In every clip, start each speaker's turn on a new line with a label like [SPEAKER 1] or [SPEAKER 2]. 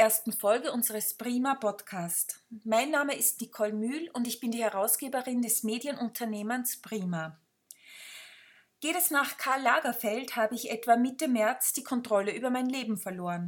[SPEAKER 1] ersten Folge unseres Prima Podcast. Mein Name ist Nicole Mühl und ich bin die Herausgeberin des Medienunternehmens Prima. Geht es nach Karl Lagerfeld, habe ich etwa Mitte März die Kontrolle über mein Leben verloren.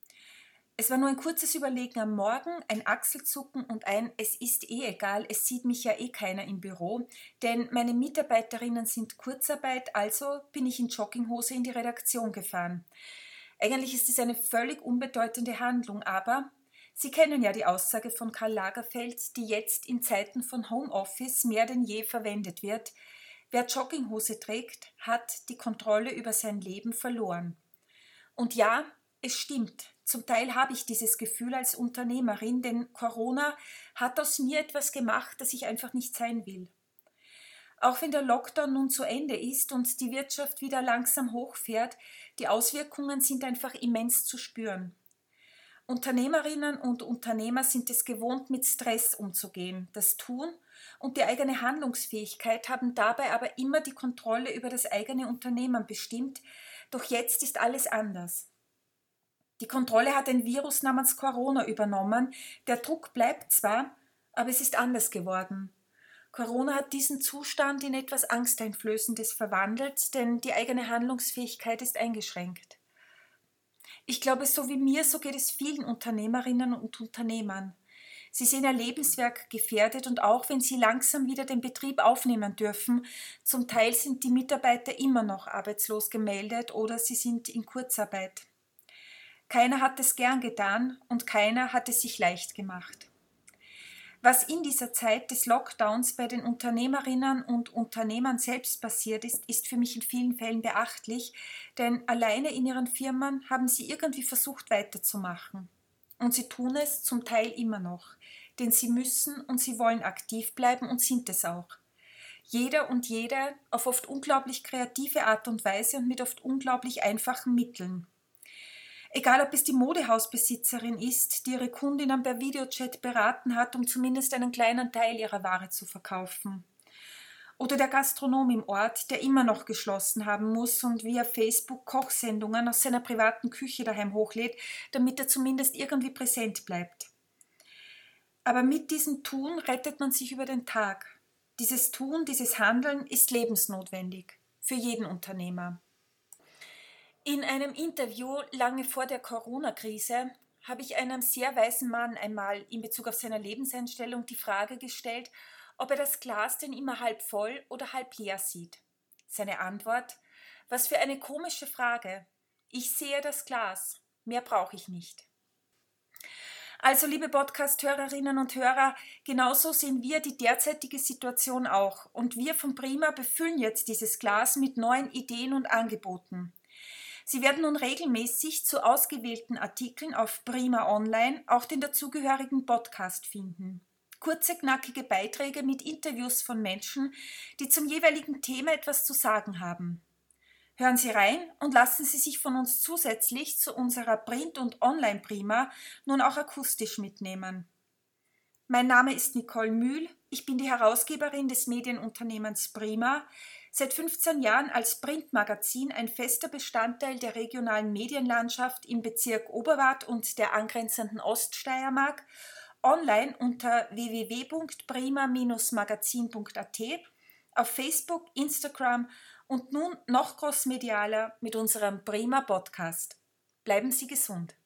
[SPEAKER 1] Es war nur ein kurzes Überlegen am Morgen, ein Achselzucken und ein „Es ist eh egal, es sieht mich ja eh keiner im Büro, denn meine Mitarbeiterinnen sind Kurzarbeit, also bin ich in Jogginghose in die Redaktion gefahren." Eigentlich ist es eine völlig unbedeutende Handlung, aber Sie kennen ja die Aussage von Karl Lagerfeld, die jetzt in Zeiten von Homeoffice mehr denn je verwendet wird: Wer Jogginghose trägt, hat die Kontrolle über sein Leben verloren. Und ja, es stimmt. Zum Teil habe ich dieses Gefühl als Unternehmerin, denn Corona hat aus mir etwas gemacht, das ich einfach nicht sein will. Auch wenn der Lockdown nun zu Ende ist und die Wirtschaft wieder langsam hochfährt, die Auswirkungen sind einfach immens zu spüren. Unternehmerinnen und Unternehmer sind es gewohnt, mit Stress umzugehen. Das Tun und die eigene Handlungsfähigkeit haben dabei aber immer die Kontrolle über das eigene Unternehmen bestimmt, doch jetzt ist alles anders. Die Kontrolle hat ein Virus namens Corona übernommen, der Druck bleibt zwar, aber es ist anders geworden. Corona hat diesen Zustand in etwas Angsteinflößendes verwandelt, denn die eigene Handlungsfähigkeit ist eingeschränkt. Ich glaube, so wie mir, so geht es vielen Unternehmerinnen und Unternehmern. Sie sehen ihr Lebenswerk gefährdet und auch wenn sie langsam wieder den Betrieb aufnehmen dürfen, zum Teil sind die Mitarbeiter immer noch arbeitslos gemeldet oder sie sind in Kurzarbeit. Keiner hat es gern getan und keiner hat es sich leicht gemacht. Was in dieser Zeit des Lockdowns bei den Unternehmerinnen und Unternehmern selbst passiert ist, ist für mich in vielen Fällen beachtlich, denn alleine in ihren Firmen haben sie irgendwie versucht weiterzumachen. Und sie tun es zum Teil immer noch, denn sie müssen und sie wollen aktiv bleiben und sind es auch. Jeder und jede auf oft unglaublich kreative Art und Weise und mit oft unglaublich einfachen Mitteln. Egal, ob es die Modehausbesitzerin ist, die ihre Kundinnen per Videochat beraten hat, um zumindest einen kleinen Teil ihrer Ware zu verkaufen. Oder der Gastronom im Ort, der immer noch geschlossen haben muss und via Facebook Kochsendungen aus seiner privaten Küche daheim hochlädt, damit er zumindest irgendwie präsent bleibt. Aber mit diesem Tun rettet man sich über den Tag. Dieses Tun, dieses Handeln ist lebensnotwendig für jeden Unternehmer. In einem Interview lange vor der Corona-Krise habe ich einem sehr weisen Mann einmal in Bezug auf seine Lebenseinstellung die Frage gestellt, ob er das Glas denn immer halb voll oder halb leer sieht. Seine Antwort: Was für eine komische Frage. Ich sehe das Glas. Mehr brauche ich nicht. Also, liebe Podcast-Hörerinnen und Hörer, genauso sehen wir die derzeitige Situation auch. Und wir von Prima befüllen jetzt dieses Glas mit neuen Ideen und Angeboten. Sie werden nun regelmäßig zu ausgewählten Artikeln auf Prima Online auch den dazugehörigen Podcast finden. Kurze, knackige Beiträge mit Interviews von Menschen, die zum jeweiligen Thema etwas zu sagen haben. Hören Sie rein und lassen Sie sich von uns zusätzlich zu unserer Print- und Online-Prima nun auch akustisch mitnehmen. Mein Name ist Nicole Mühl, ich bin die Herausgeberin des Medienunternehmens Prima, seit 15 Jahren als Printmagazin ein fester Bestandteil der regionalen Medienlandschaft im Bezirk Oberwart und der angrenzenden Oststeiermark, online unter www.prima-magazin.at, auf Facebook, Instagram und nun noch crossmedialer mit unserem Prima Podcast. Bleiben Sie gesund.